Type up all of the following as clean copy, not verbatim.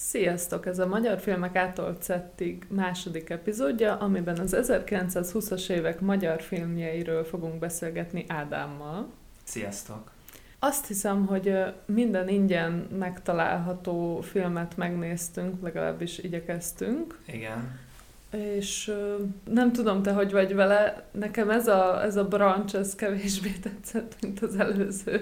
Sziasztok! Ez a Magyar Filmek A-tól Z-ig második epizódja, amiben az 1920-as évek magyar filmjeiről fogunk beszélgetni Ádámmal. Sziasztok! Azt hiszem, hogy minden ingyen megtalálható filmet megnéztünk, legalábbis igyekeztünk. Igen. És nem tudom, te hogy vagy vele, nekem ez a branch, ez kevésbé tetszett, mint az előző.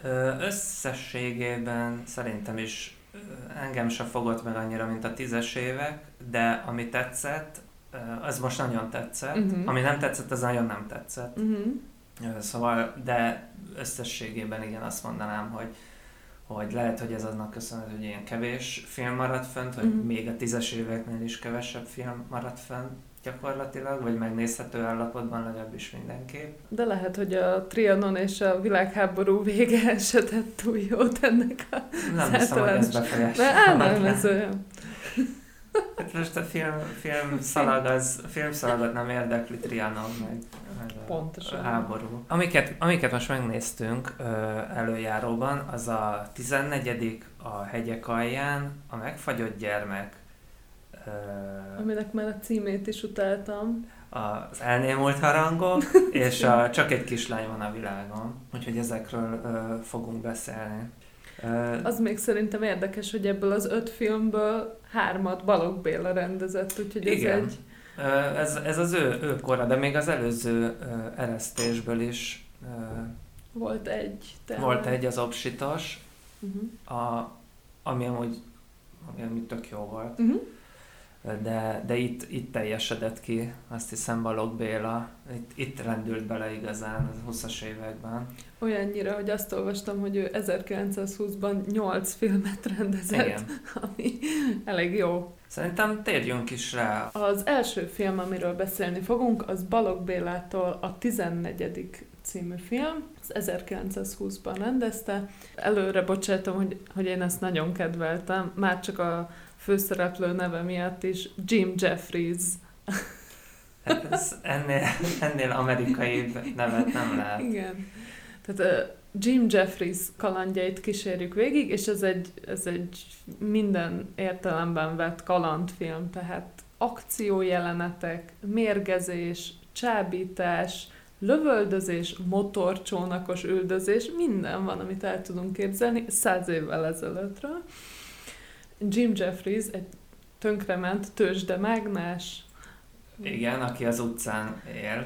Összességében szerintem is engem se fogott meg annyira, mint a 10-es évek, de ami tetszett, az most nagyon tetszett. Ami nem tetszett, az nagyon nem tetszett. Szóval, de összességében igen, azt mondanám, hogy lehet, hogy ez annak köszönhető, hogy ilyen kevés film maradt fönt, hogy még a 10-es éveknél is kevesebb film maradt fönt gyakorlatilag, vagy megnézhető állapotban legalábbis mindenképp. De lehet, hogy a Trianon és a világháború vége se tett túl jót ennek a nem hiszem, hogy ez befolyásolhatná. Nem, ez olyan. Hát most a filmszalagot nem érdekli Trianon, meg pontosan. A háború. Amiket most megnéztünk előjáróban, az a 14. a hegyek alján, a megfagyott gyermek. Aminek már a címét is utáltam. Az elnémult harangok, és csak egy kislány van a világon. Úgyhogy ezekről fogunk beszélni. Az még szerintem érdekes, hogy ebből az 5 filmből 3-at Balogh Béla rendezett, úgyhogy ez igen. egy... Ez az ő kora, de még az előző eresztésből is volt egy. Volt egy, az Obsitos, ami amúgy tök jó volt. De itt teljesedett ki, azt hiszem, Balogh Béla. Itt rendült bele igazán az 20-as években. Olyannyira, hogy azt olvastam, hogy ő 1920-ban 8 filmet rendezett, igen. Ami elég jó. Szerintem térjünk is rá. Az első film, amiről beszélni fogunk, az Balogh Bélától a 14. című film. Ez 1920-ban rendezte. Előre bocsátom, hogy én ezt nagyon kedveltem, már csak a főszereplő neve miatt is, Jim Jeffries. Hát ez ennél amerikai nevet nem lehet. Igen. Tehát Jim Jeffries kalandjait kísérjük végig, és ez egy minden értelemben vett kalandfilm, tehát akciójelenetek, mérgezés, csábítás, lövöldözés, motorcsónakos üldözés, minden van, amit el tudunk képzelni 100 évvel ezelőttről. Jim Jeffries egy tönkrement tőzsdemágnás. Igen, aki az utcán él.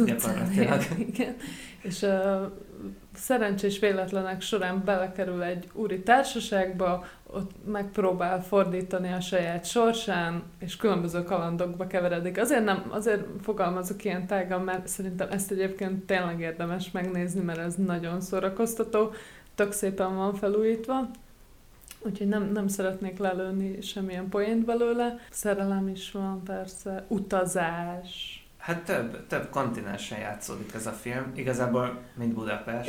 Igen. És szerencsés véletlenek során belekerül egy úri társaságba, ott megpróbál fordítani a saját sorsán, és különböző kalandokba keveredik. Azért fogalmazok ilyen tágan, mert szerintem ezt egyébként tényleg érdemes megnézni, mert ez nagyon szórakoztató, tök szépen van felújítva. Úgyhogy nem szeretnék lelőni semmilyen poént belőle. Szerelem is van, persze. Utazás. Hát több kontinensen játszódik ez a film. Igazából, mint Budapest.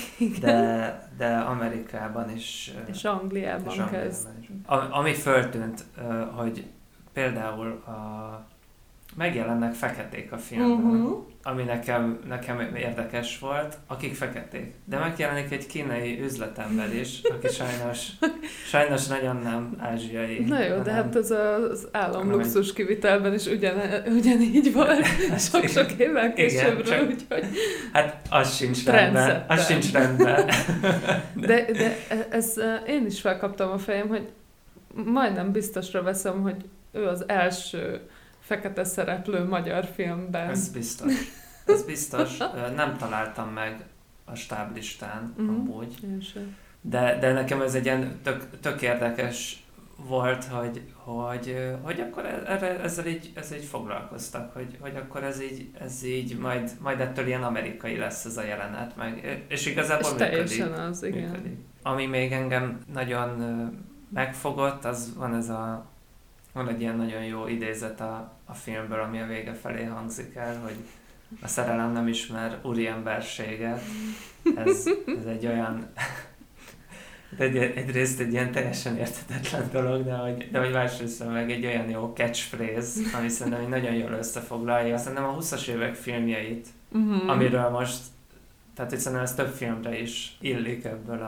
de Amerikában is. És Angliában kezd. Ami föltűnt, hogy például megjelennek feketék a filmben, ami nekem érdekes volt, akik feketék. De megjelenik egy kínai üzletember is, aki sajnos nagyon nem ázsiai. Na jó, de hát ez az államluxus kivitelben is ugyanígy volt, sok-sok évvel későbbről, úgyhogy... Hát az sincs rendben. De ez én is felkaptam a fejem, hogy majdnem biztosra veszem, hogy ő az első fekete szereplő magyar filmben. Ez biztos. Nem találtam meg a stáblistán amúgy. De nekem ez egy ilyen tök érdekes volt, hogy akkor ezzel így foglalkoztak, hogy akkor ez így majd ettől ilyen amerikai lesz ez a jelenet meg. És igazából teljesen az, igen. Működik. Ami még engem nagyon megfogott, az van egy ilyen nagyon jó idézet a filmből, ami a vége felé hangzik el, hogy a szerelem nem ismer úriemberséget. Ez egy olyan... Egyrészt egy ilyen teljesen érthetetlen dolog, de hogy másrészt meg egy olyan jó catchphrase, ami szerintem nagyon jól összefoglalja. Szerintem a 20-as évek filmjeit, amiről most, tehát hogy szerintem ez több filmre is illik ebből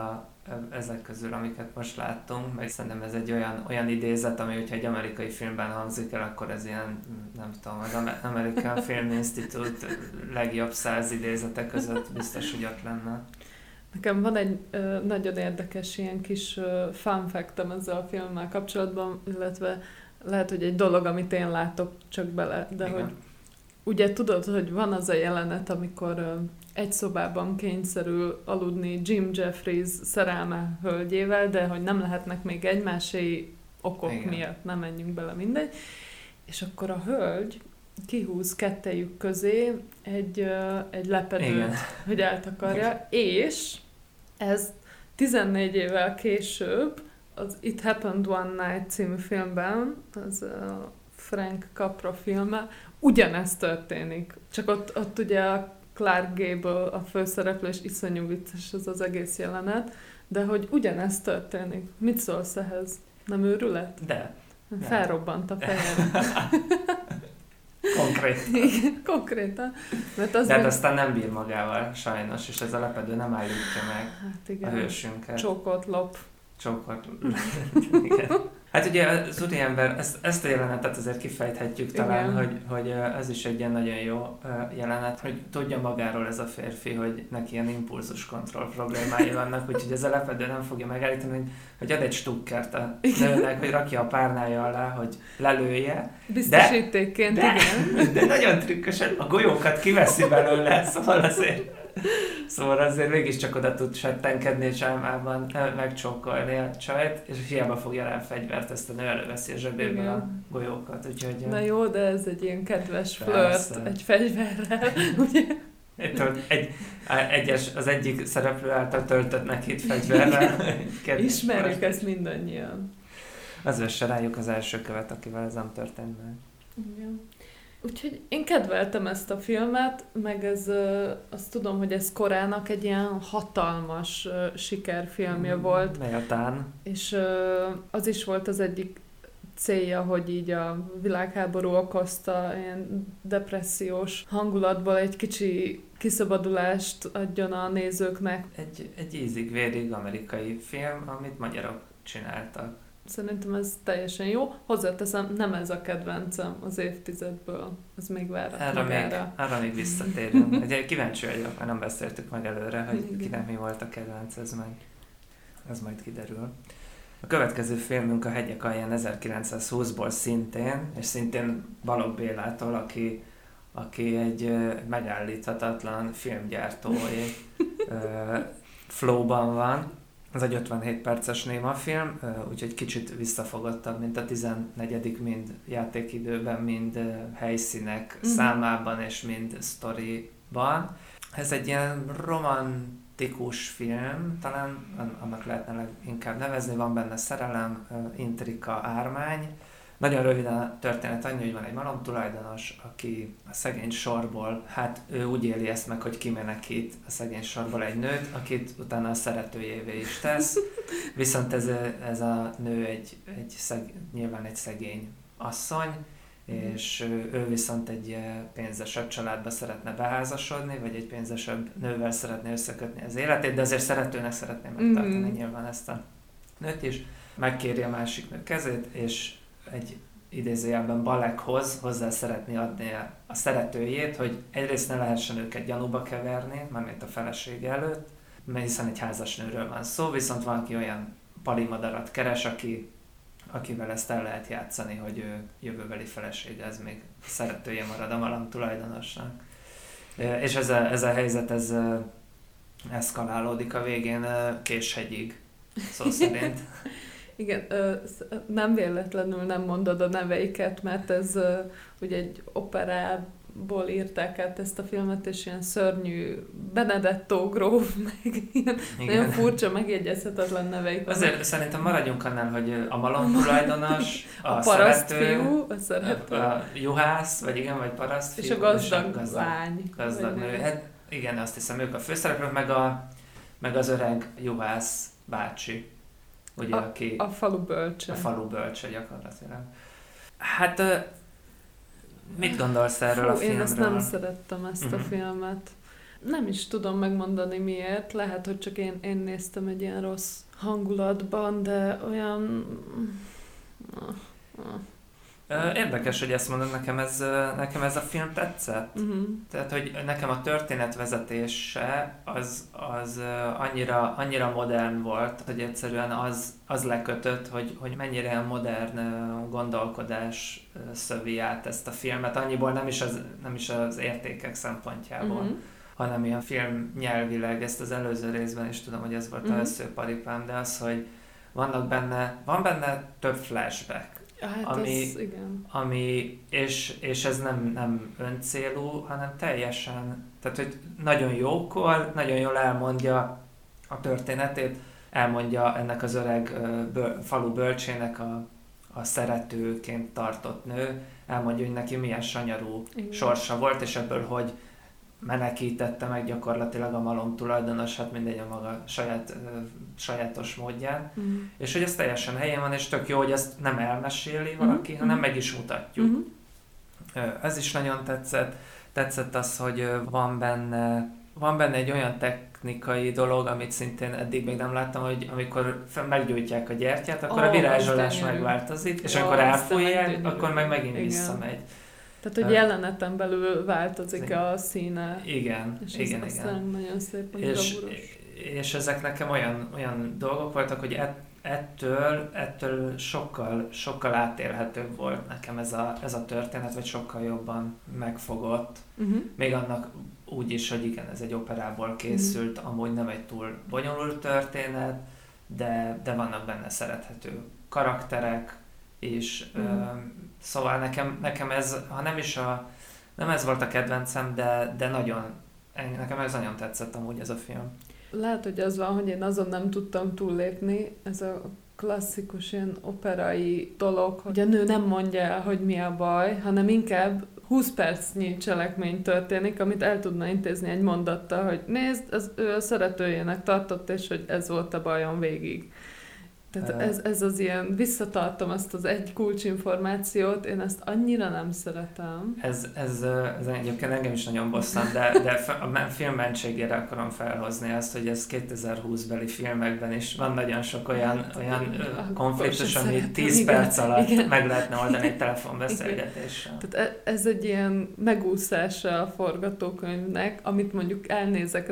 ezek közül, amiket most láttunk, meg szerintem ez egy olyan idézet, ami hogyha egy amerikai filmben hangzik el, akkor ez ilyen, nem tudom, az American Film Institute legjobb 100 idézetek között biztos, hogy ott lenne. Nekem van egy nagyon érdekes ilyen kis fun fact-em ezzel a filmmel kapcsolatban, illetve lehet, hogy egy dolog, amit én látok csak bele, de igen. Hogy ugye tudod, hogy van az a jelenet, amikor egy szobában kényszerül aludni Jim Jeffries szerelme hölgyével, de hogy nem lehetnek még egymásé okok igen. miatt, nem menjünk bele, mindegy. És akkor a hölgy kihúz kettejük közé egy lepedőt, igen. hogy eltakarja, és ez 14 évvel később az It Happened One Night című filmben, az Frank Capra filme, ugyanezt történik. Csak ott ugye a Clark Gable a főszereplő, és iszonyú vicces ez az egész jelenet, de hogy ugyanezt történik. Mit szólsz ehhez? Nem őrület? De. Felrobbant a fejem. Konkrétan. Igen, konkrétan. Mert de hát aztán nem bír magával, sajnos, és ez a lepedő nem állítja meg hát igen, a hősünket. Csókot lop. Csókot igen. Hát ugye az úriember, ezt a jelenetet azért kifejthetjük talán, hogy ez is egy ilyen nagyon jó jelenet, hogy tudja magáról ez a férfi, hogy neki ilyen impulzus kontroll problémái vannak, úgyhogy ez a lepedő nem fogja megállítani, hogy ad egy stukkert a nőnek, hogy rakja a párnája alá, hogy lelője. Biztosítékként, igen. De nagyon trükkösen a golyókat kiveszi belőle, szóval azért mégiscsak oda tud settenkedni a csámában, megcsókolni a csajt, és hiába fogja rá a fegyvert, ezt a nő előveszi a zsebéből a golyókat, úgyhogy... Na jó, de ez egy ilyen kedves flört egy fegyverrel, ugye? Az egyik szereplő által töltött neki fegyverrel. Ismerjük ezt mindannyian. Az vesse rájuk az első követ, akivel ez nem történt meg. Igen. Úgyhogy én kedveltem ezt a filmet, meg azt tudom, hogy ez korának egy ilyen hatalmas sikerfilmje volt. Méltán. És az is volt az egyik célja, hogy így a világháború okozta ilyen depressziós hangulatból egy kicsi kiszabadulást adjon a nézőknek. Egy ízig-vérig amerikai film, amit magyarok csináltak. Szerintem ez teljesen jó. Hozzáteszem, nem ez a kedvencem az évtizedből. Ez még várat magára. Arra még visszatérünk. Kíváncsi vagyok, mert nem beszéltük meg előre, hogy kinek mi volt a kedvenc, ez majd kiderül. A következő filmünk a Hegyek alján 1920-ból szintén Balogh Bélától, aki egy megállíthatatlan filmgyártói flowban van. Ez egy 57 perces némafilm, úgyhogy kicsit visszafogottabb, mint a 14. mind játékidőben, mind helyszínek számában és mind sztoriban. Ez egy ilyen romantikus film, talán annak lehetne inkább nevezni, van benne szerelem, intrika, ármány. Nagyon röviden a történet annyi, hogy van egy malomtulajdonos, aki a szegény sorból, hát ő úgy éli ezt meg, hogy kimenekít a szegény sorból egy nőt, akit utána a szeretőjévé is tesz. Viszont ez a nő nyilván egy szegény asszony, és ő viszont egy pénzesebb családba szeretne beházasodni, vagy egy pénzesebb nővel szeretné összekötni az életét, de azért szeretőnek szeretné megtartani nyilván ezt a nőt is. Megkéri a másik nő kezét, és egy idézőjelben Balekhoz hozzá szeretné adni a szeretőjét, hogy egyrészt ne lehessen őket gyanúba keverni, mármint a felesége előtt, mert hiszen egy házas nőről van szó, viszont valaki olyan palimadarat keres, akivel ezt el lehet játszani, hogy ő jövőbeli felesége, ez még szeretője marad a malom tulajdonosnak. És ez a helyzet, ez eszkalálódik a végén Késhegyig, szó szerint. Igen, nem véletlenül nem mondod a neveiket, mert ez ugye egy operából írták át ezt a filmet, és ilyen szörnyű Benedetto gróf, meg ilyen nagyon furcsa, megjegyezhetetlen neveik. Azért szerintem maradjunk annál, hogy a malom tulajdonos, a parasztfiú, a szerető, a juhász, vagy parasztfiú, és a gazdag lány. Gazdag nő. Hát igen, azt hiszem, ők a főszereplők, meg az öreg juhász bácsi. Ugye, a falu bölcse. A falu bölcse gyakorlatilag. Hát, mit gondolsz erről a filmről? Én ezt nem szerettem, ezt a filmet. Nem is tudom megmondani miért, lehet, hogy csak én néztem egy ilyen rossz hangulatban, de olyan... Érdekes, hogy ezt mondod, nekem ez a film tetszett. Tehát, hogy nekem a történetvezetése az annyira modern volt, hogy egyszerűen az lekötött, hogy mennyire modern gondolkodás szövi át ezt a filmet. Annyiból nem is az értékek szempontjából, hanem ilyen film nyelvileg. Ezt az előző részben is tudom, hogy ez volt az összőparipám, de az, hogy van benne több flashback. Hát igen. És ez nem öncélú, hanem teljesen, tehát hogy nagyon jókor, nagyon jól elmondja a történetét, elmondja ennek az öreg falu bölcsének a szeretőként tartott nő, elmondja, hogy neki milyen sanyarú sorsa volt, és ebből hogy menekítette meg gyakorlatilag a malom tulajdonos, hát mindegy a maga sajátos módján, és hogy ez teljesen helyén van, és tök jó, hogy ezt nem elmeséli valaki, hanem meg is mutatjuk. Ez is nagyon tetszett az, hogy van benne egy olyan technikai dolog, amit szintén eddig még nem láttam, hogy amikor meggyújtják a gyertyát, akkor a virázsolás megváltozik, és amikor elfújják, akkor meg megint visszamegy. Tehát, hogy jeleneten belül változik a színe. Igen, és igen. nagyon szép, és ezek nekem olyan dolgok voltak, hogy ettől sokkal átélhetőbb volt nekem ez a történet, vagy sokkal jobban megfogott. Még annak úgy is, hogy igen, ez egy operából készült, amúgy nem egy túl bonyolult történet, de vannak benne szerethető karakterek, és szóval nekem ez, ha nem ez volt a kedvencem, de nekem ez nagyon tetszett amúgy ez a film. Lehet, hogy az van, hogy én azon nem tudtam túllépni, ez a klasszikus ilyen operai dolog, hogy a nő nem mondja el, hogy mi a baj, hanem inkább 20 percnyi cselekmény történik, amit el tudna intézni egy mondattal, hogy nézd, ő a szeretőjének tartott, és hogy ez volt a bajom végig. Tehát ez az ilyen, visszatartom azt az egy kulcsinformációt, én ezt annyira nem szeretem. Ez egyébként engem is nagyon bosszant, de a film mentségére akarom felhozni azt, hogy ez 2020-beli filmekben is van nagyon sok olyan konfliktus, ami 10 perc alatt meg lehetne oldani egy telefonbeszélgetéssel. Tehát ez egy ilyen megúszása a forgatókönyvnek, amit mondjuk elnézek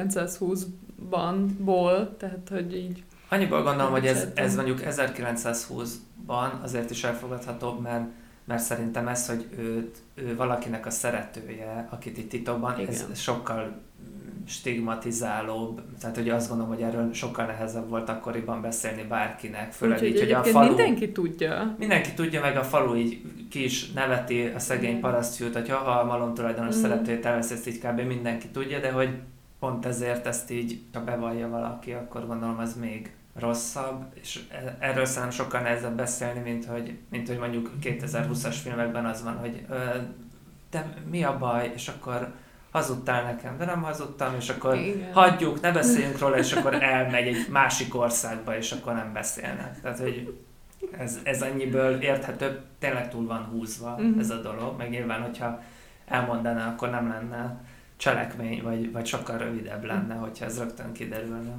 1920-ból, tehát hogy így annyiból gondolom, hogy ez mondjuk 1920-ban azért is elfogadhatóbb, mert szerintem ez, hogy ő valakinek a szeretője, akit itt titokban, ez sokkal stigmatizálóbb. Tehát ugye azt gondolom, hogy erről sokkal nehezebb volt akkoriban beszélni bárkinek. Főleg így, hogy a falu... Mindenki tudja. Mindenki tudja, meg a falu így ki is neveti a szegény parasztfiút, hogy ha a malom tulajdonos szeretőjét elvesz, ezt így kb. Mindenki tudja, de hogy pont ezért ezt így, ha bevallja valaki, akkor gondolom az még rosszabb, és erről szerintem sokkal nehezebb beszélni, mint hogy mondjuk 2020-as filmekben az van, hogy de mi a baj, és akkor hazudtál nekem, de nem hazudtam, és akkor hagyjuk, ne beszéljünk róla, és akkor elmegy egy másik országba, és akkor nem beszélnek. Tehát, hogy ez annyiből érthető, tényleg túl van húzva ez a dolog, meg nyilván, hogyha elmondaná, akkor nem lenne cselekmény, vagy sokkal rövidebb lenne, hogyha ez rögtön kiderülne.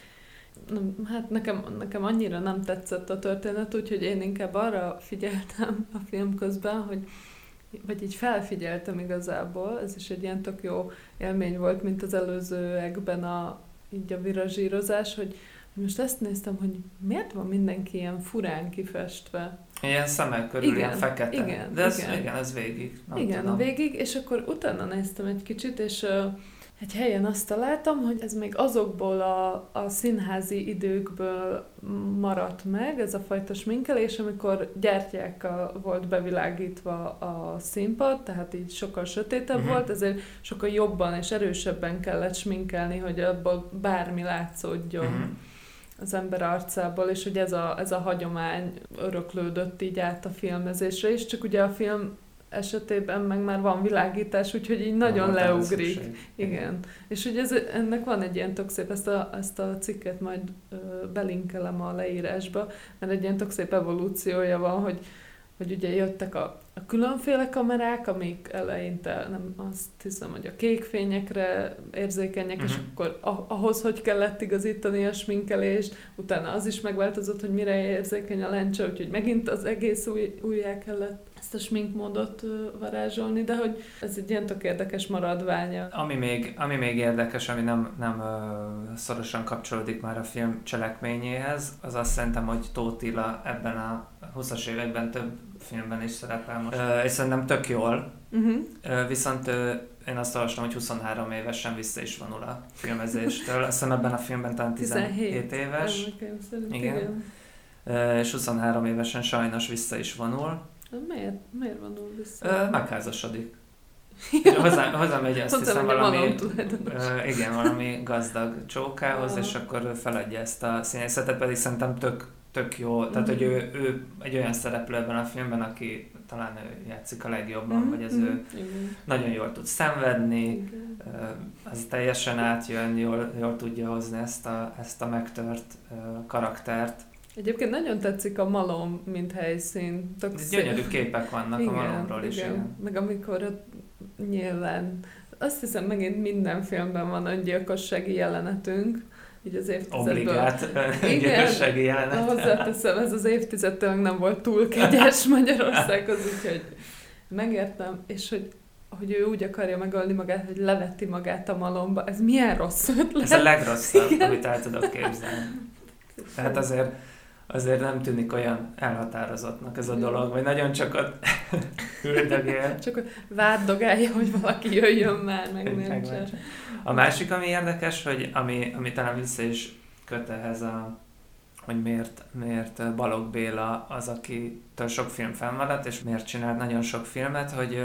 Hát nekem annyira nem tetszett a történet, úgyhogy én inkább arra figyeltem a film közben, vagy így felfigyeltem igazából, ez is egy ilyen tök jó élmény volt, mint az előzőekben így a virazsírozás, hogy most ezt néztem, hogy miért van mindenki ilyen furán kifestve. Ilyen szemek körül, ilyen fekete. Igen, de ez végig. Tudom. Végig, és akkor utána néztem egy kicsit, és egy helyen azt találtam, hogy ez még azokból a színházi időkből maradt meg, ez a fajta sminkelés, amikor gyertyákkal volt bevilágítva a színpad, tehát így sokkal sötétebb volt, ezért sokkal jobban és erősebben kellett sminkelni, hogy abból bármi látszódjon az ember arcából, és hogy ez a hagyomány öröklődött így át a filmezésre is, csak ugye a film esetében meg már van világítás, úgyhogy így nagyon leugrik. Igen. És ugye ennek van egy ilyen tök szép, ezt a cikket majd belinkelem a leírásba, mert egy ilyen tök szép evolúciója van, hogy ugye jöttek a a különféle kamerák, amik eleinte nem azt hiszem, hogy a kék fényekre érzékenyek, és akkor ahhoz, hogy kellett igazítani a sminkelést, utána az is megváltozott, hogy mire érzékeny a lencse, úgyhogy megint az egész újjá kellett ezt a sminkmódot varázsolni, de hogy ez egy ilyen tök érdekes maradványa. Ami még érdekes, ami nem szorosan kapcsolódik már a film cselekményéhez, az azt szerintem, hogy Tóth Tilla ebben a 20-as években több filmben is szerepel most. És szerintem tök jól. Viszont én azt olvastam, hogy 23 évesen vissza is vonul a filmezéstől. Azt hiszem ebben a filmben talán 17 éves. Igen. És 23 évesen sajnos vissza is vonul. Miért vonul vissza? Megházasodik. Hozzá-megy, azt hiszem valami gazdag csókához, és ő ő feladja ezt a színészetet, pedig szerintem tök jó. Tehát, hogy ő egy olyan szereplő ebben a filmben, aki talán ő játszik a legjobban, vagy ő nagyon jól tud szenvedni, az teljesen átjön, jól tudja hozni ezt a megtört karaktert. Egyébként nagyon tetszik a malom, mint helyszín. Gyönyörű képek vannak a malomról is. Igen. Meg amikor nyilván, azt hiszem megint minden filmben van öngyilkossági jelenetünk, így az évtizedből. Obligát öngyilkossági jelenet. Hozzáteszem, ez az évtizedtől nem volt túl kegyes Magyarországhoz, úgyhogy megértem, és hogy ő úgy akarja megölni magát, hogy leveti magát a malomba. Ez milyen rossz ötlet. Ez a legrosszabb, amit el tudok képzelni. Tehát azért nem tűnik olyan elhatározottnak ez a dolog, vagy nagyon csak ott üldögél. Csak várdogálja, hogy valaki jöjjön már, megmentsen. A másik, ami érdekes, hogy ami talán vissza is köt ehhez, hogy miért Balogh Béla az, akitől sok film fennmaradt, és miért csinált nagyon sok filmet, hogy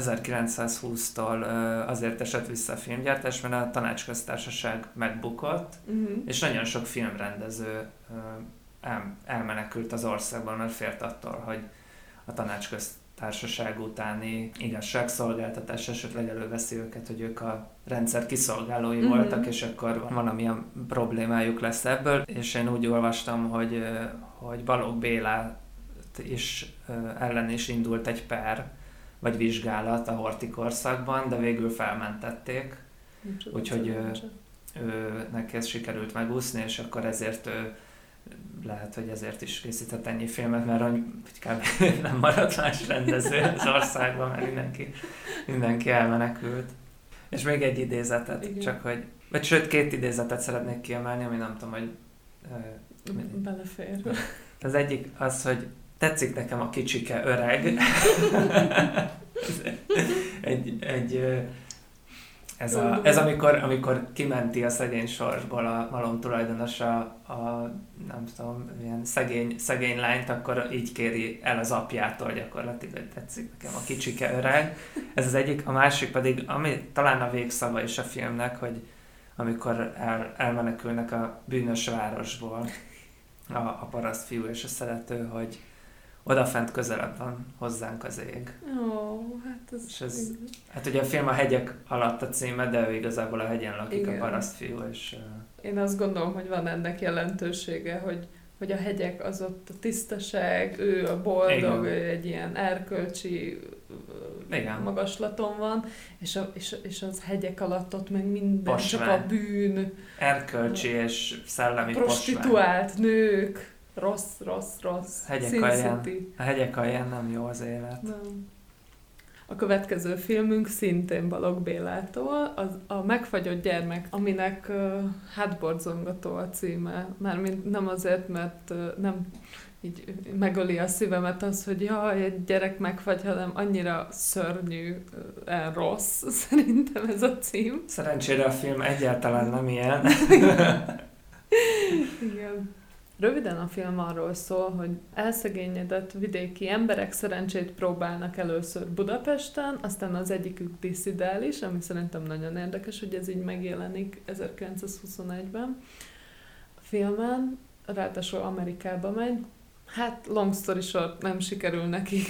1920-tól azért esett vissza a filmgyártás, mert a Tanácsköztársaság megbukott, és nagyon sok filmrendező elmenekült az országban, mert félt attól, hogy a Tanácsköztársaság utáni igazságszolgáltatás esetleg előveszi őket, hogy ők a rendszer kiszolgálói voltak, és akkor valamilyen problémájuk lesz ebből. És én úgy olvastam, hogy Balogh Bélát is ellen is indult egy per, vagy vizsgálat a Horthy korszakban, de végül felmentették. Úgyhogy neki ez sikerült megúszni, és akkor ezért lehet, hogy ezért is készített ennyi filmet, mert kb. Nem maradt más rendező az országban, mert mindenki elmenekült. És még egy idézetet, igen. Csak hogy, vagy sőt, 2 idézetet szeretnék kiemelni, ami nem tudom, hogy belefér. Az egyik az, hogy tetszik nekem a kicsike öreg. Ez amikor kimenti a szegény sorsból a malom tulajdonos a nem tudom, ilyen szegény lányt, akkor így kéri el az apjától gyakorlatilag, hogy tetszik nekem a kicsike öreg. Ez az egyik, a másik pedig, ami talán a végszava is a filmnek, hogy amikor elmenekülnek a bűnös városból a parasztfiú és a szerető, hogy odafent közelebb van hozzánk az ég. Hát hát ugye a film a hegyek alatt a címe, de ő igazából a hegyen lakik, igen. A parasztfiú. És, én azt gondolom, hogy van ennek jelentősége, hogy a hegyek az ott a tisztaság, ő a boldog, ő egy ilyen erkölcsi magaslaton van, és az hegyek alatt ott meg minden, posvány. Csak a bűn. Erkölcsi és szellemi prostituált posvány. Nők. Rossz. A hegyek alján nem jó az élet. Nem. A következő filmünk szintén Balogh Bélától, az a Megfagyott gyermek, aminek hátborzongató a címe. Mármint nem azért, mert nem így megöli a szívemet az, hogy jaj, egy gyerek megfagy, hanem annyira szörnyű, rossz szerintem ez a cím. Szerencsére a film egyáltalán nem ilyen. Igen. Röviden a film arról szól, hogy elszegényedett vidéki emberek szerencsét próbálnak először Budapesten, aztán az egyikük disszidális, ami szerintem nagyon érdekes, hogy ez így megjelenik 1921-ben a filmen, ráadásul Amerikába megy. Hát long story short, nem sikerül neki.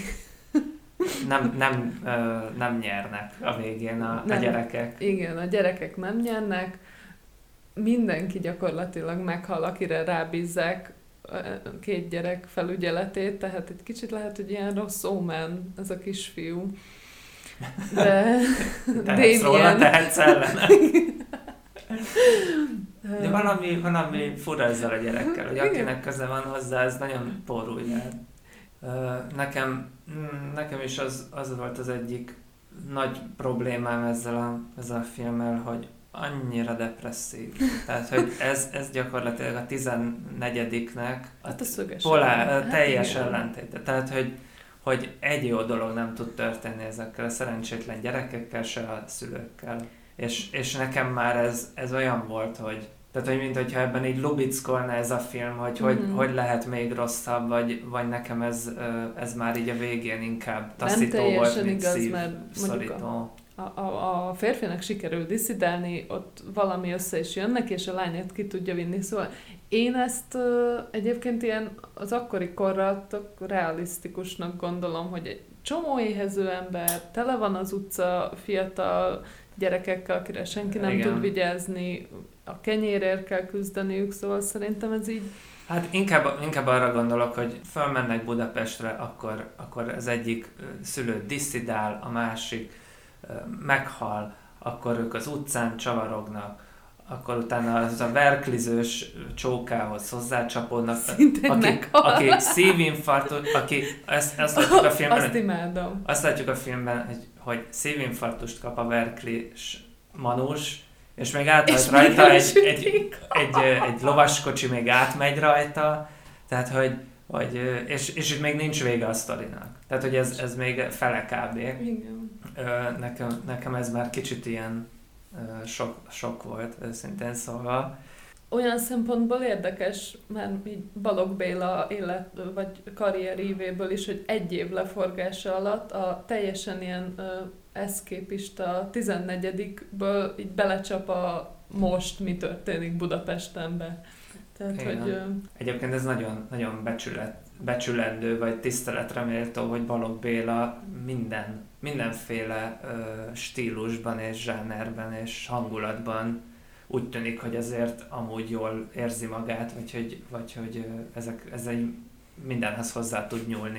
Nem nyernek a végén a gyerekek. Igen, a gyerekek nem nyernek. Mindenki gyakorlatilag meghal, akire rábízzák 2 gyerek felügyeletét, tehát egy kicsit lehet, hogy ilyen rossz ómen ez a kisfiú. De Damien... tehetsz ellene. De valami fura ezzel a gyerekkel, hogy akinek köze van hozzá, ez nagyon porul jár. Nekem is az volt az egyik nagy problémám ezzel a filmmel, hogy annyira depresszív. Tehát, hogy ez gyakorlatilag a 14-nek teljes ellentéte. Tehát, hogy egy jó dolog nem tud történni ezekkel a szerencsétlen gyerekekkel, se a szülőkkel. És nekem már ez olyan volt, hogy mintha ebben így lubickolna ez a film, hogy lehet még rosszabb, vagy nekem ez már így a végén inkább taszító volt, mint szívszorító. A férfinak sikerül disszidálni, ott valami össze is jönnek, és a lányát ki tudja vinni. Szóval én ezt egyébként ilyen az akkori korra realisztikusnak gondolom, hogy egy csomó éhező ember, tele van az utca fiatal gyerekekkel, akire senki nem tud vigyázni, a kenyérért kell küzdeniük, szóval szerintem ez így... Hát inkább arra gondolok, hogy fölmennek Budapestre, akkor az egyik szülő disszidál, a másik meghal, akkor ők az utcán csavarognak, akkor utána az a verklizős csókához hozzácsapódnak, aki szívinfarktus, azt látjuk a filmben, azt imádom. Azt látjuk a filmben, hogy szívinfarktust kap a verklis manus, és még átmegy rajta, egy lovaskocsi még átmegy rajta, tehát és itt még nincs vége a sztorinak. Tehát, hogy ez még fele kb. Igen. Nekem ez már kicsit ilyen sok volt, őszintén szólva. Olyan szempontból érdekes, mert így Balogh Béla élet vagy karrierívéből is, hogy 1 év leforgása alatt a teljesen ilyen eszképista 14-ből így belecsap a most mi történik Budapestenbe. Tehát, hogy, egyébként ez nagyon, nagyon becsülendő, vagy tiszteletre méltó, hogy Balogh Béla mindenféle stílusban és zsánerben és hangulatban úgy tűnik, hogy ezért amúgy jól érzi magát, vagy hogy ez egy mindenhez hozzá tud nyúlni,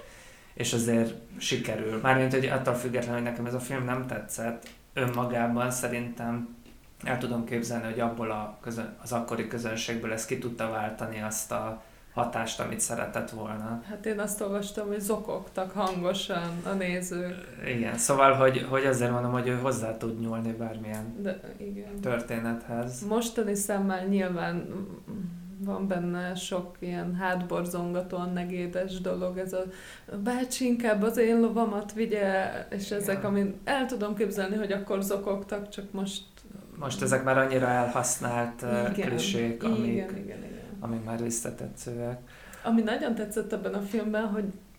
és azért sikerül. Mármint, hogy attól függetlenül, hogy nekem ez a film nem tetszett, önmagában szerintem el tudom képzelni, hogy abból az akkori közönségből ezt ki tudta váltani azt a hatást, amit szeretett volna. Hát én azt olvastam, hogy zokogtak hangosan a nézők. Igen, szóval, hogy azért mondom, hogy ő hozzá tud nyúlni bármilyen történethez. Mostani szemmel nyilván van benne sok ilyen hátborzongatóan negédes dolog, ez a bácsi inkább az én lovamat vigye, és ezek, amin el tudom képzelni, hogy akkor zokogtak, csak most ezek már annyira elhasznált klisék, amik már visszatetszőek. Ami nagyon tetszett ebben a filmben,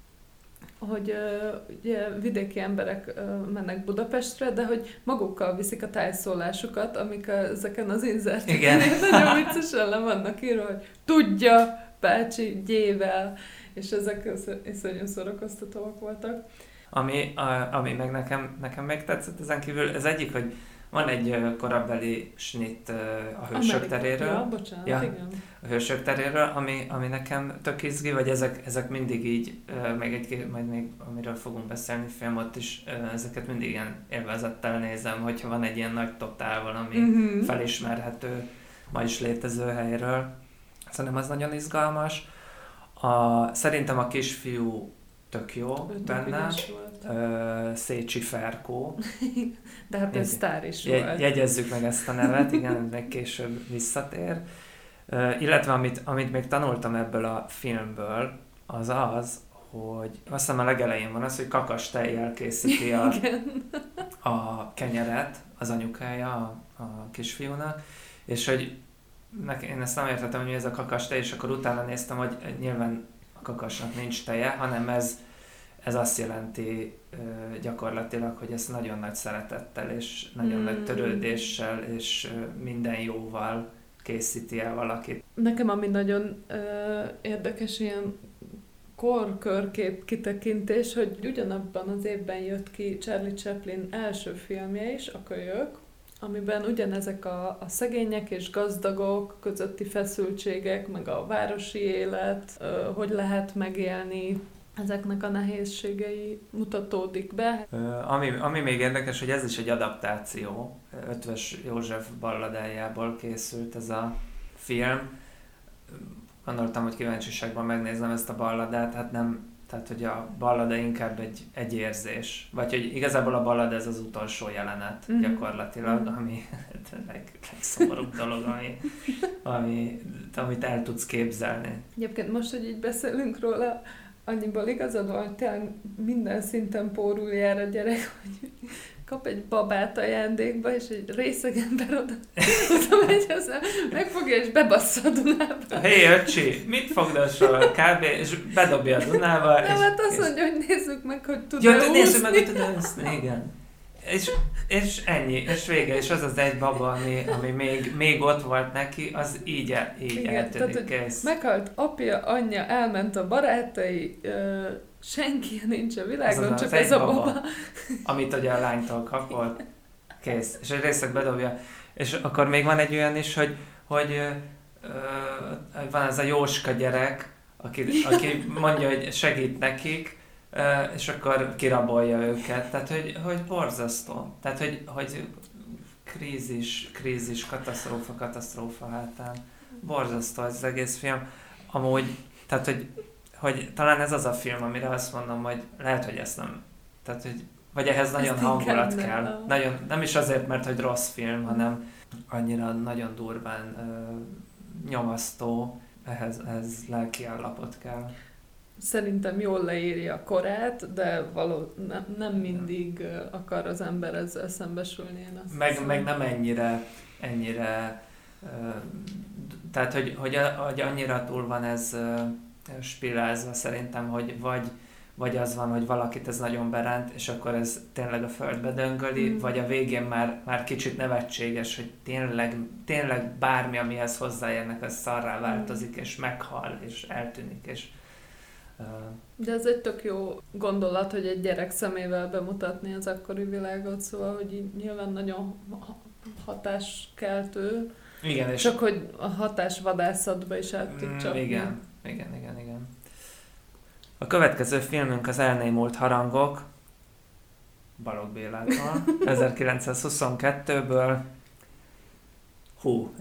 hogy ugye vidéki emberek mennek Budapestre, de hogy magukkal viszik a tájszólásukat, amik ezeken az inzerteken nagyon viccesen le vannak írva, hogy tudja, bácsi, gyével, és ezek iszonyú szórakoztatóak voltak. Ami meg nekem megtetszett ezen kívül, ez egyik, hogy van egy korabeli snit a Hősök teréről. Igen. A Hősök teréről, ami nekem tök izgi, vagy ezek mindig így, majd még amiről fogunk beszélni film, ott is ezeket mindig ilyen élvezettel nézem, hogyha van egy ilyen nagy totál valami felismerhető, ma is létező helyről. Szerintem az nagyon izgalmas. Szerintem a kisfiú tök jó benne. Szécsi Ferkó. De hát ez sztár is volt. Jegyezzük meg ezt a nevet, igen, meg később visszatér. Illetve amit még tanultam ebből a filmből, az, hogy azt hiszem a legelején van az, hogy kakas tejjel készíti a kenyeret az anyukája a kisfiúnak, és hogy én ezt nem értettem, hogy mi ez a kakas tej, és akkor utána néztem, hogy nyilván a kakasnak nincs teje, hanem ez azt jelenti gyakorlatilag, hogy ezt nagyon nagy szeretettel és nagyon nagy törődéssel és minden jóval készíti el valakit. Nekem ami nagyon érdekes ilyen korkörkép kitekintés, hogy ugyanabban az évben jött ki Charlie Chaplin első filmje is, A kölyök, amiben ugyanezek a szegények és gazdagok közötti feszültségek, meg a városi élet, hogy lehet megélni, ezeknek a nehézségei mutatódik be. Ami még érdekes, hogy ez is egy adaptáció. Ötvös József balladájából készült ez a film. Gondoltam, hogy kíváncsiságban megnézem ezt a balladát, hát nem, tehát hogy a ballada inkább egy érzés. Vagy hogy igazából a ballada ez az utolsó jelenet gyakorlatilag, ami a legszomorúbb dolog, amit el tudsz képzelni. Egyébként most, hogy így beszélünk róla, annyiból igazad van, hogy tényleg minden szinten pórul jár a gyerek, hogy kap egy babát ajándékba, és egy részeg ember oda megy, aztán megfogja és bebassza a Dunába. Hé, öcsi, mit fogdasol? Kb. És bedobja a Dunába. Nem, hát azt mondja, hogy nézzük meg, hogy tud-e úszni. Nézzük meg, hogy tud-e úszni, igen. És ennyi, és vége, és az az egy baba, ami még ott volt neki, az így eltűnik, kész. Meghalt apja, anyja, elment a barátai, senki nincs a világon, csak ez a baba. Amit ugye a lánytól kapott, kész. És egy részleg bedobja. És akkor még van egy olyan is, hogy van ez a Jóska gyerek, aki mondja, hogy segít nekik, és akkor kirabolja őket. Tehát, hogy borzasztó. Tehát, hogy krízis, katasztrófa hátán. Borzasztó ez az egész film. Amúgy, tehát, hogy talán ez az a film, amire azt mondom, hogy lehet, hogy ezt nem. Tehát, hogy vagy ehhez nagyon hangulat kell. Nagyon, nem is azért, mert hogy rossz film, hanem annyira nagyon durván nyomasztó, ehhez lelki állapot kell. Szerintem jól leírja a korát, de nem mindig akar az ember ezzel szembesülni. Én azt meg nem ennyire tehát, hogy annyira túl van ez spilázva szerintem, hogy vagy az van, hogy valakit ez nagyon beránt, és akkor ez tényleg a földbe döngöli, vagy a végén már kicsit nevetséges, hogy tényleg bármi, amihez hozzáérnek, az szarrá változik, és meghal, és eltűnik, és de ez egy tök jó gondolat, hogy egy gyerek szemével bemutatni az akkori világot, szóval, hogy így nyilván nagyon hatáskeltő. Igen, és csak hogy a hatásvadászatba is át tud csapni. Igen. A következő filmünk az Elnémult harangok, Balogh Bélától, 1922-ből. Hú.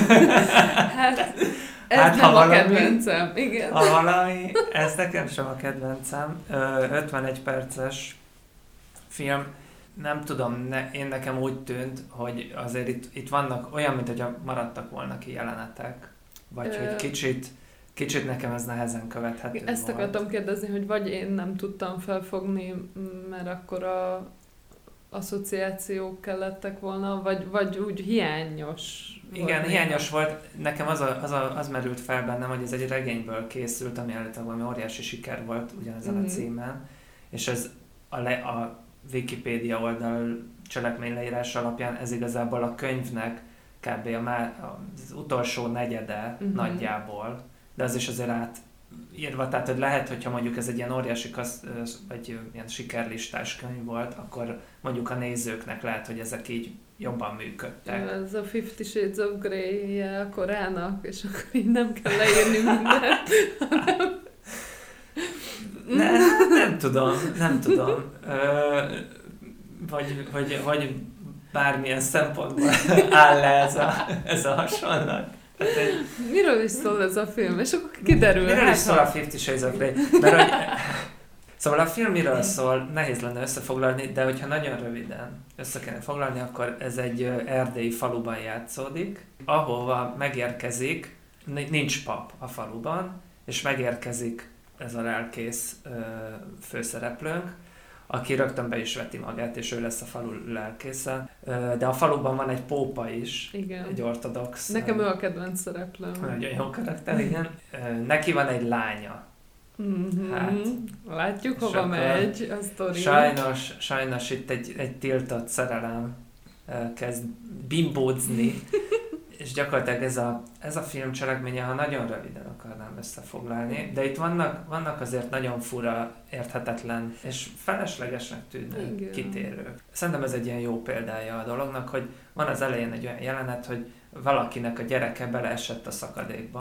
Ez nem a kedvencem, igen. Ha valami, ez nekem sem a kedvencem. 51 perces film. Nem tudom, én nekem úgy tűnt, hogy azért itt vannak olyan, mint hogyha maradtak volna ki jelenetek. Vagy hogy kicsit nekem ez nehezen követhető ezt volt. akartam kérdezni, hogy vagy én nem tudtam felfogni, mert akkor a asszociációk kellettek volna, vagy úgy hiányos. Igen, hiányos volt. Nekem az merült fel bennem, hogy ez egy regényből készült, ami állítólag valami óriási siker volt ugyanezen a címen, és ez a Wikipédia oldal cselekményleírás alapján ez igazából a könyvnek kb. Az utolsó negyede nagyjából, de az is azért átírva, tehát hogy lehet, hogyha mondjuk ez egy ilyen óriási vagy ilyen sikerlistás könyv volt, akkor mondjuk a nézőknek lehet, hogy ezek így jobban működtek. Ez a 50 Shades of Grey-je a korának, és akkor így nem kell leírni mindent. Nem tudom. Vagy bármilyen szempontból áll le ez a hasonlat. Miről is szól ez a film? És akkor kiderül. Miről is szól a 50 Shades of Grey? Szóval a film miről szól, nehéz lenne összefoglalni, de hogyha nagyon röviden össze kellene foglalni, akkor ez egy erdélyi faluban játszódik, ahova megérkezik, nincs pap a faluban, és megérkezik ez a lelkész főszereplőnk, aki rögtön be is veti magát, és ő lesz a falu lelkésze. De a faluban van egy pópa is, igen. Egy ortodox. Nekem ő a kedvenc szereplőm. Nagyon jó karakter, igen. Neki van egy lánya. Hát, látjuk, hova megy a sztori. Sajnos itt egy tiltott szerelem kezd bimbózni, és gyakorlatilag ez a film cselekménye, ha nagyon röviden akarnám összefoglalni, de itt vannak azért nagyon fura, érthetetlen és feleslegesnek tűnő kitérők. Szerintem ez egy ilyen jó példája a dolognak, hogy van az elején egy olyan jelenet, hogy valakinek a gyereke beleesett a szakadékba,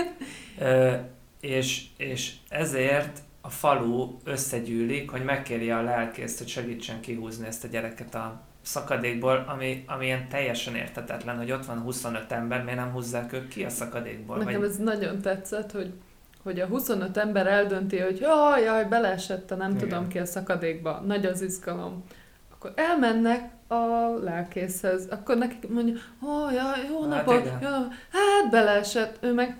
és ezért a falu összegyűlik, hogy megkéri a lelkészt, hogy segítsen kihúzni ezt a gyereket a szakadékból, ami ilyen teljesen érthetetlen, hogy ott van 25 ember, miért nem húzzák ők ki a szakadékból? Nekem ez nagyon tetszett, hogy a 25 ember eldönti, hogy jaj, beleesett a nem tudom ki a szakadékba, nagy az izgalom. Akkor elmennek a lelkészhez, akkor nekik mondja, jó napot, jó, hát beleesett, ő meg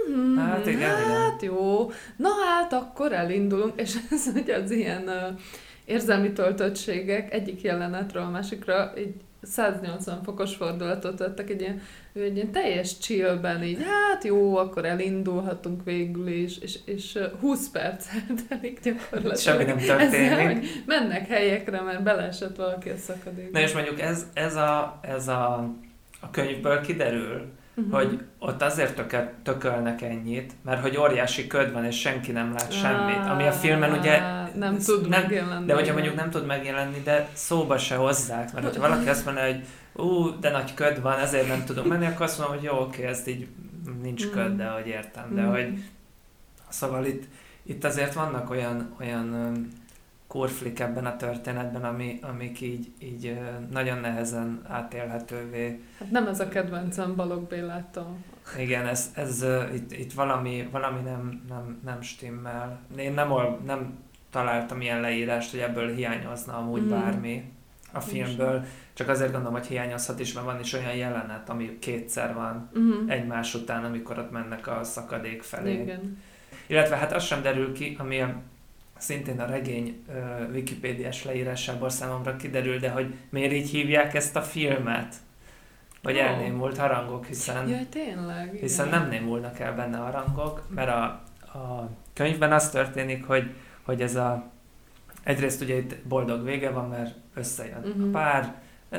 hát jó, na hát akkor elindulunk, és ez ugye az ilyen érzelmi töltöttségek egyik jelenetről a másikra így 180 fokos fordulatot vettek, egy ilyen teljes chillben így, hát jó, akkor elindulhatunk végül is, és 20 perc eltelik gyakorlatilag. Semmi nem történik. Ezzel, hogy mennek helyekre, mert beleesett valaki a szakadékba. Na és mondjuk ez a könyvből kiderül, hogy ott azért tökölnek ennyit, mert hogy óriási köd van, és senki nem lát semmit. Ami a filmen ugye nem tud megjelenni. De hogyha mondjuk nem tud megjelenni, de szóba se hozzák, mert hogyha valaki azt mondja, hogy de nagy köd van, ezért nem tudunk menni, akkor azt mondom, hogy jó, oké, ezt így nincs köd, de hogy értem. De hogy szóval itt azért vannak olyan kurflik ebben a történetben, amik így nagyon nehezen átélhetővé. Hát nem ez a kedvencem Balogh Bélától. Igen, itt valami nem stimmel. Én nem találtam ilyen leírást, hogy ebből hiányozna amúgy bármi a filmből. Csak azért gondolom, hogy hiányozhat is, mert van is olyan jelenet, ami kétszer van egymás után, amikor ott mennek a szakadék felé. Igen. Illetve hát az sem derül ki, ami szintén a regény Wikipédiás leírásából számomra kiderül, de hogy miért így hívják ezt a filmet? Vagy elnémult harangok, hiszen, jaj, tényleg, hiszen nem némulnak el benne harangok, mert a könyvben az történik, hogy ez egyrészt ugye itt boldog vége van, mert összejön a pár,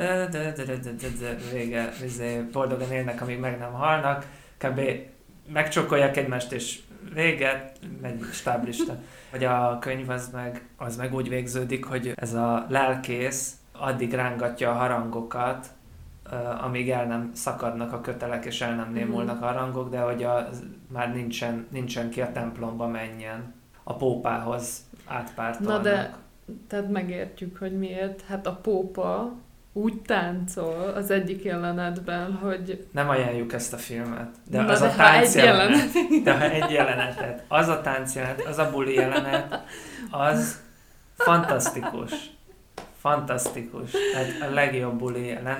vége, boldogan élnek, amíg meg nem halnak, kb. Megcsokolják egymást, és véget, megy stáblista. Hogy a könyv az meg úgy végződik, hogy ez a lelkész addig rángatja a harangokat, amíg el nem szakadnak a kötelek, és el nem némulnak a harangok, de hogy már nincsen ki a templomba menjen. A pópához átpártolnak. Na de, tehát megértjük, hogy miért. Hát a pópa úgy táncol az egyik jelenetben, hogy... Nem ajánljuk ezt a filmet. De az a tánc jelenet. De ha egy jelenetet, az a tánc jelenet, az a buli jelenet, az fantasztikus. Fantasztikus. Hát a legjobb buli jelenet.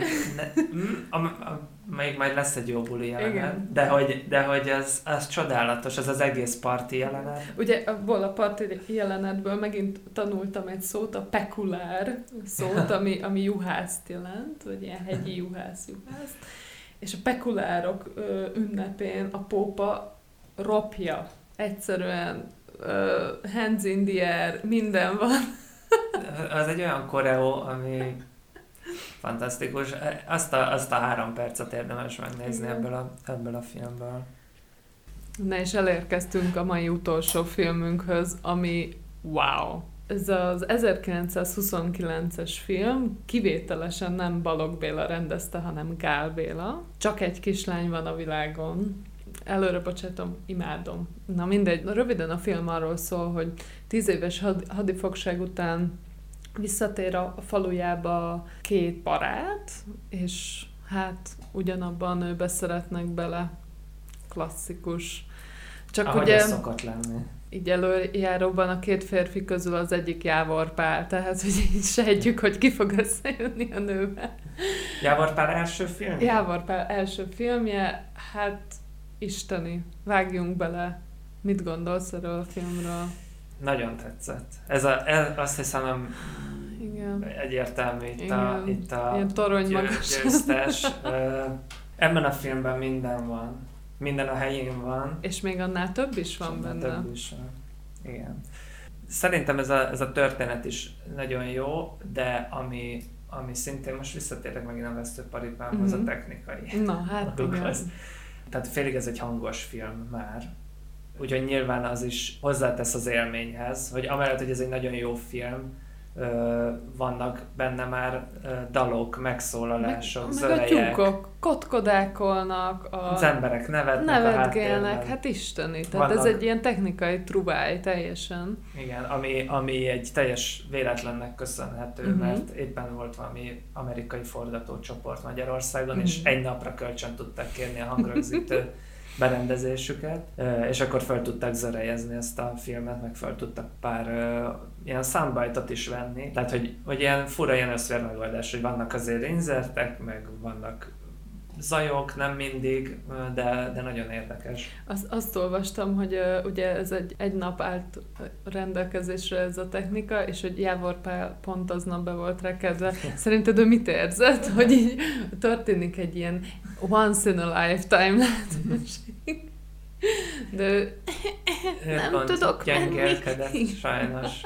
Még majd lesz egy jó buli jelenet. De hogy az csodálatos, az egész parti jelenet. Ugye abból a parti jelenetből megint tanultam egy szót, a pekulár szót, ami juhászt jelent, vagy ilyen hegyi juhász. És a pekulárok ünnepén a pópa ropja. Egyszerűen hands in the air, minden van. Az egy olyan koreó, ami fantasztikus. Azt a 3 percet érdemes megnézni ebből a filmből. Na és elérkeztünk a mai utolsó filmünkhöz, ami wow! Ez az 1929-es film, kivételesen nem Balogh Béla rendezte, hanem Gál Béla. Csak egy kislány van a világon. Előre bocsátom, imádom. Na mindegy, röviden a film arról szól, hogy 10 éves hadifogság után visszatér a falujába 2 barát, és hát ugyanabban a nőbe szeretnek bele. Klasszikus. Csak ahogy ugye... ez szokott lenni. Így előjáróban a 2 férfi közül az egyik Jávor Pál, tehát hogy így sejtjük, hogy ki fog összejönni a nővel. Jávor Pál első filmje? Jávor Pál első filmje, hát isteni, vágjunk bele. Mit gondolsz erről a filmről? Nagyon tetszett. Azt hiszem, igen. Egyértelmű itt a ilyen torony magas győztes. Ebben a filmben minden van. Minden a helyén van. És még annál több is van benne. Több is van. Igen. Szerintem ez a történet is nagyon jó, de ami szintén most visszatérek megint a vesztőparipámhoz, a technikai. Na, hát igen. Tehát félig ez egy hangos film már. Úgyhogy nyilván az is hozzátesz az élményhez, hogy amellett, hogy ez egy nagyon jó film, vannak benne már dalok, megszólalások, zörejek. Meg a tyúkok kotkodákolnak, az emberek nevetgélnek, hát isteni. Tehát vannak, ez egy ilyen technikai trubáj teljesen. Igen, ami egy teljes véletlennek köszönhető, mert éppen volt valami amerikai forgatócsoport Magyarországon, és egy napra kölcsön tudták kérni a hangrögzítő berendezésüket, és akkor fel tudták zörejezni ezt a filmet, meg fel tudtak pár ilyen soundbite-ot is venni. Tehát, hogy ilyen fura, ilyen összvérmegoldás, hogy vannak azért inzertek, meg vannak zajok, nem mindig, de nagyon érdekes. Azt olvastam, hogy ugye ez egy nap állt rendelkezésre ez a technika, és hogy Jávor Pál pont aznap be volt rekedve. Szerinted ő mit érzett, hogy így történik egy ilyen once in a lifetime lehetőség? De nem tudok gyengélkedett, sajnos.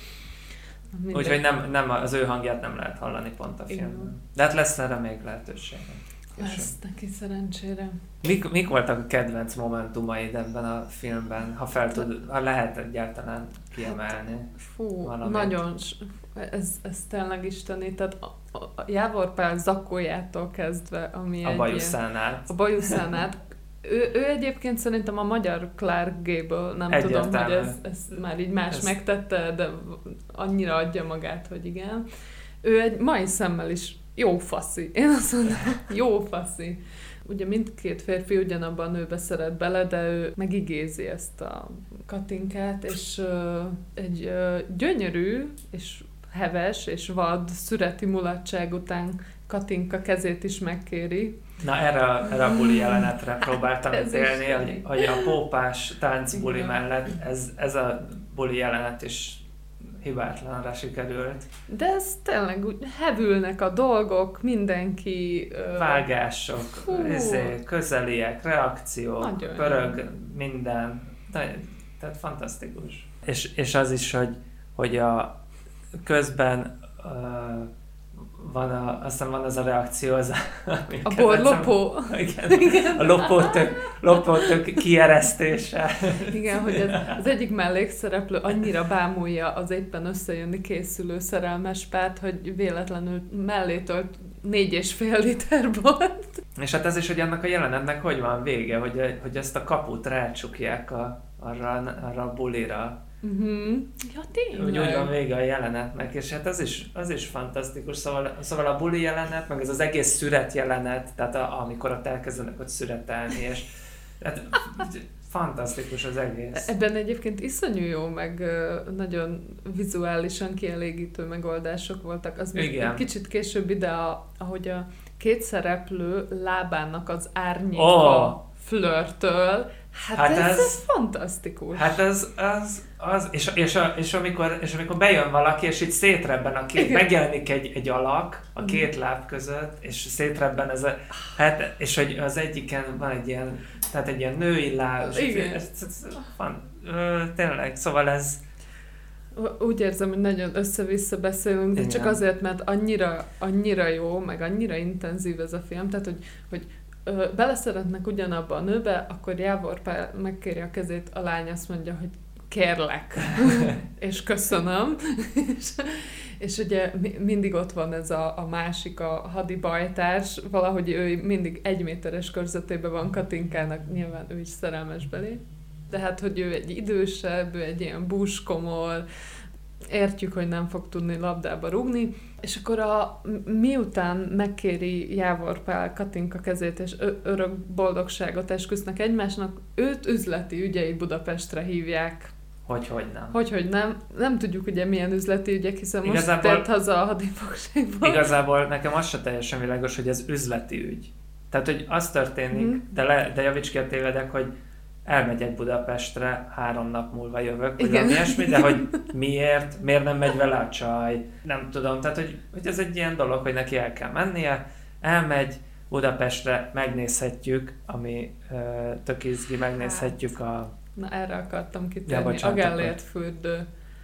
Úgyhogy nem, az ő hangját nem lehet hallani pont a filmben. De hát lesz erre még lehetőség. Lesz neki szerencsére. Mik voltak a kedvenc momentumaid ebben a filmben, ha lehet egyáltalán kiemelni? Fú, valamit? Nagyon, ez tényleg isteni, tehát a Jávor Pál zakójától kezdve, ami a bajuszán át. A bajuszán át. Ő egyébként szerintem a magyar Clark Gable, nem tudom, hogy ez már így más megtette, de annyira adja magát, hogy igen. Ő egy mai szemmel is jó faszi. Én azt mondom, jó faszi. Ugye mindkét férfi ugyanabban a nőbe szeret bele, de ő megigézi ezt a Katinkát, és egy gyönyörű, és heves, és vad szüreti mulatság után Katinka kezét is megkéri. Na erre a buli jelenetre próbáltam élni, hogy a pópás táncbuli mellett ez a buli jelenet is hibátlanra sikerült. De ez tényleg úgy hevülnek a dolgok, mindenki... vágások, közeliek, reakciók, pörög minden. Tehát fantasztikus. És az is, hogy a közben aztán van az a reakció, a borlopó. Igen, a lopótök kieresztése. Igen, hogy az egyik mellékszereplő annyira bámulja az éppen összejönni készülő szerelmes párt, hogy véletlenül mellé tölt 4,5 liter bort. És hát ez is, hogy annak a jelenetnek hogy van vége, hogy ezt a kaput rácsukják arra a bulira. Ja, tényleg. Úgy van vége a jelenetnek, és hát az is fantasztikus, szóval a buli jelenet, meg ez az egész szüret jelenet, tehát amikor ott elkezdenek ott szüretelni, és hát fantasztikus az egész. Ebben egyébként iszonyú jó, meg nagyon vizuálisan kielégítő megoldások voltak. Az még kicsit később ide, ahogy a két szereplő lábának az árnyéka flörtöl. Hát ez fantasztikus. Hát és amikor bejön valaki, és így szétrebben megjelenik egy alak a két láb között, és szétrebben és hogy az egyiken van egy ilyen női láb. Tényleg, szóval ez... Úgy érzem, hogy nagyon össze-vissza beszélünk, de csak azért, mert annyira jó, meg annyira intenzív ez a film, tehát hogy beleszeretnek ugyanabba a nőbe, akkor Jávor Pál megkéri a kezét, a lány azt mondja, hogy kérlek, és köszönöm. és ugye mindig ott van ez a másik, a hadi bajtárs, valahogy ő mindig 1 méteres körzetében van Katinkának, nyilván ő is szerelmes belé. De hát, hogy ő egy idősebb, ő egy ilyen búskomor, értjük, hogy nem fog tudni labdába rúgni, és akkor miután megkéri Jávor Pál Katinka kezét, és örök boldogságot esküsznek egymásnak, őt üzleti ügyei Budapestre hívják. Hogy nem. Nem tudjuk ugye milyen üzleti ügyek, hiszen most tért haza a hadifogságból. Igazából nekem az se teljesen világos, hogy ez üzleti ügy. Tehát, hogy az történik, de javíts ki a tévedek, hogy elmegyek Budapestre, 3 nap múlva jövök, vagy valami ilyesmi, de hogy miért nem megy vele a csaj, nem tudom. Tehát, hogy ez egy ilyen dolog, hogy neki el kell mennie, elmegy Budapestre, megnézhetjük, ami tök izgi, megnézhetjük a... Na erre akartam kitérni, a Gellért fürdő.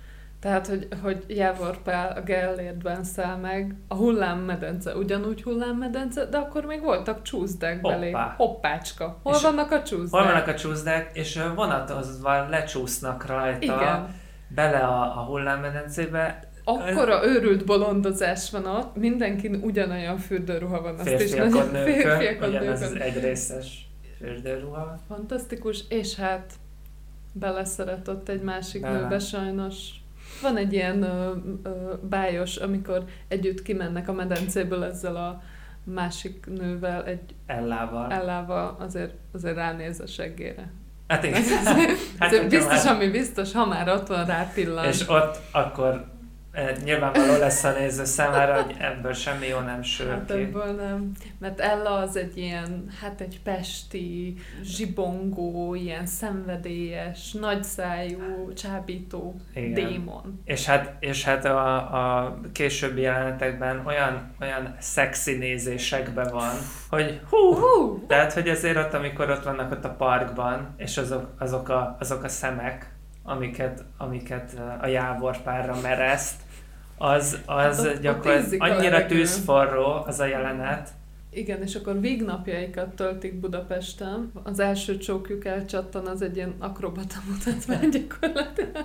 Tehát, hogy Jávor Pál a Gellértben száll meg, a hullámmedence ugyanúgy hullámmedence, de akkor még voltak csúszdák belé. Hoppácska. Hol vannak a csúszdák? Hol vannak a csúszdák, és vonatozva lecsúsznak rajta. Igen. Bele a hullámmedencébe. Akkora őrült bolondozás van ott, mindenkin ugyanolyan fürdőruha van. Férfiakon, nőkön, ugyanaz az egyrészes fürdőruha. Fantasztikus, és hát beleszeretett egy másik nőbe sajnos. Van egy ilyen bájos, amikor együtt kimennek a medencéből ezzel a másik nővel, egy Ellával azért ránéz a seggére. Hát igen. Biztos, ami biztos, ha már ott van, rápillan. És ott akkor nyilvánvaló lesz a néző számára, hogy ebből semmi jó nem sül hát ki. Ebből nem. Mert Ella az egy ilyen, egy pesti, zsibongó, ilyen szenvedélyes, nagyszájú, csábító démon. És hát a későbbi jelenetekben olyan szexi nézésekben van, hogy hú! Tehát, hogy ezért ott, amikor ott vannak ott a parkban, és azok a szemek, amiket a Jávor Pálra mereszt, az gyakorlatilag annyira tűzforró az a jelenet. Igen, és akkor végnapjaikat töltik Budapesten. Az első csókjuk elcsattan, az egy ilyen akrobata mutatvány gyakorlatilag.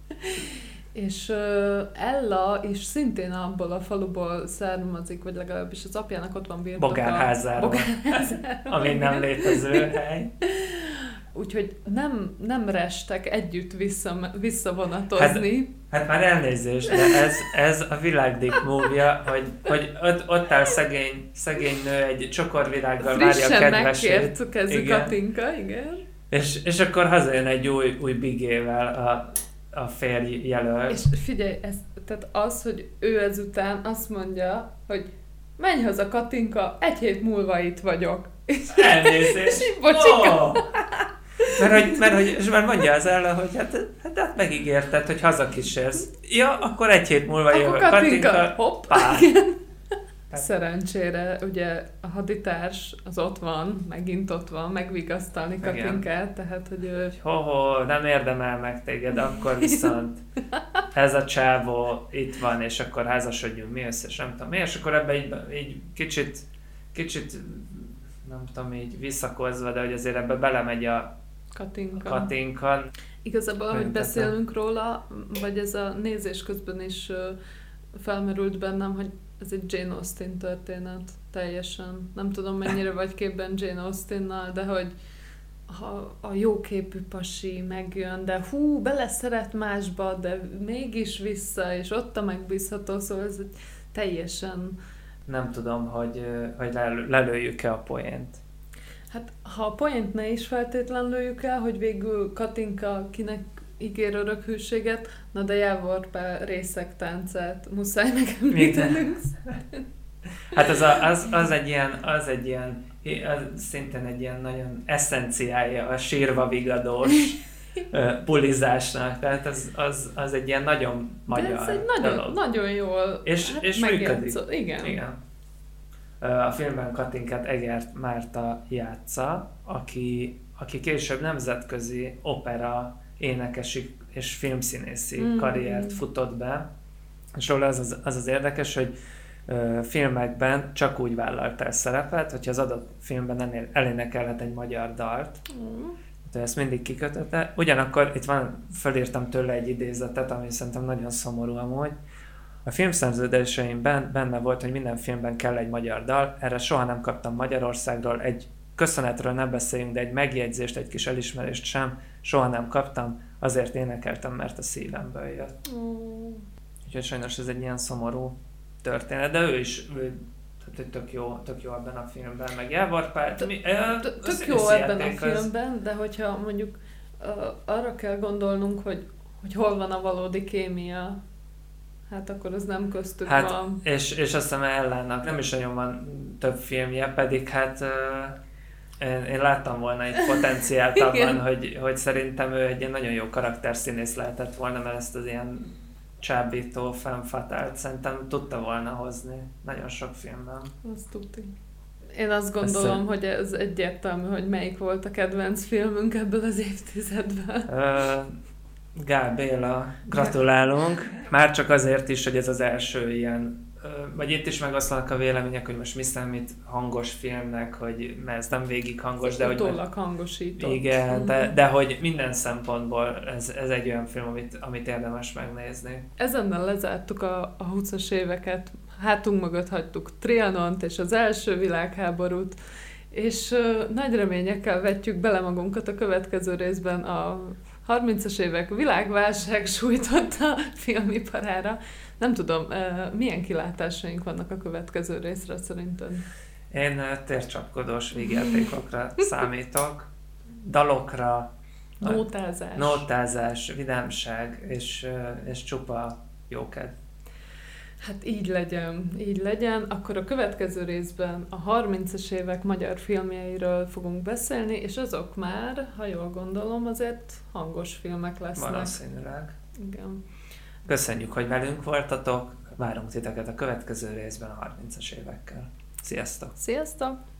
És Ella is szintén abból a faluból származik, vagy legalábbis az apjának ott van birtoka. Bogárházáról. Ami nem létező hely. Úgyhogy nem restek együtt visszavonatozni. Hát már elnézést, de ez a világdik móvja, hogy ott áll szegény nő egy csokorvirággal várja a kedvesét. Frissen megkért kezű Katinka, igen. És akkor hazajön egy új bigével a férj jelölt. És figyelj, tehát az, hogy ő ezután azt mondja, hogy menj haza Katinka, 1 hét múlva itt vagyok. Elnézést! Bocsika! És már mondja az ellen, hogy hát megígérted, hogy hazakísérsz. Ja, akkor 1 hét múlva jövök. Katinka, hoppá! Szerencsére ugye a haditárs az ott van, megint ott van, megvigasztalni Katinkát, tehát hogy ő... Nem érdemel meg téged, akkor viszont ez a csávó itt van, és akkor házasodjunk mi össze, és nem tudom mi, és akkor ebbe így kicsit nem tudom, így visszakozva, de hogy azért ebbe belemegy a Katinka. Igazából, ahogy beszélünk róla, vagy ez a nézés közben is felmerült bennem, hogy ez egy Jane Austen történet, teljesen. Nem tudom, mennyire vagy képben Jane Austennal, de hogy a jóképű pasi megjön, de beleszeret másba, de mégis vissza, és ott a megbízható, szóval ez egy teljesen... Nem tudom, hogy lelőjük-e a poént. Hát, ha a poént ne is feltétlenül lőjük el, hogy végül Katinka kinek ígér örök hűséget, na de Jávor Pál részek táncát muszáj megemlítenünk. Hát az szintén egy ilyen nagyon eszenciája a sírva vigadós bulizásnak, tehát az egy ilyen nagyon magyar. De ez egy nagyon jól és működik. Igen. A filmben Katinkát Egert Márta játsza, aki később nemzetközi opera énekesi és filmszínészi karriert futott be. És róla az érdekes, hogy filmekben csak úgy vállalt el szerepet, hogyha az adott filmben elénekelhet egy magyar dalt. Tehát ezt mindig kikötötte. Ugyanakkor itt fölírtam tőle egy idézetet, ami szerintem nagyon szomorú amúgy. A filmszerződéseimben benne volt, hogy minden filmben kell egy magyar dal, erre soha nem kaptam Magyarországról, egy köszönetről nem beszéljünk, de egy megjegyzést, egy kis elismerést sem, soha nem kaptam, azért énekeltem, mert a szívemből jött. Úgyhogy sajnos ez egy ilyen szomorú történet, de ő is tök jó ebben a filmben, meg Jávor Pál. Tök jó ebben a filmben, de hogyha mondjuk arra kell gondolnunk, hogy hol van a valódi kémia, hát akkor az nem köztük van. És azt hiszem Ellának nem is nagyon van több filmje, pedig hát én láttam volna egy potenciált abban, hogy szerintem ő egy ilyen nagyon jó karakterszínész lehetett volna, mert ezt az ilyen csábító, femme fatale-t szerintem tudta volna hozni nagyon sok filmben. Azt tudti. Én azt gondolom, hogy ez egyértelmű, hogy melyik volt a kedvenc filmünk ebből az évtizedből. Gál Béla, gratulálunk. Már csak azért is, hogy ez az első ilyen, vagy itt is megoszlanak a vélemények, hogy most mi számít hangos filmnek, hogy mert ez nem végig hangos, de hogy... Utólag hangosított. Igen, de hogy minden szempontból ez egy olyan film, amit érdemes megnézni. Ezennel lezártuk a 20-as éveket, hátunk mögött hagytuk Trianont és az első világháborút, és nagy reményekkel vetjük bele magunkat a következő részben a 30-as évek világválság sújtotta filmiparára. Nem tudom, milyen kilátásaink vannak a következő részre szerinted? Én tércsapkodós vígjátékokra számítok, dalokra, nótázás, vidámság és csupa jókedv. Hát így legyen. Akkor a következő részben a 30-as évek magyar filmjeiről fogunk beszélni, és azok már, ha jól gondolom, azért hangos filmek lesznek. Valószínűleg. Igen. Köszönjük, hogy velünk voltatok, várunk titeket a következő részben a 30-as évekkel. Sziasztok! Sziasztok!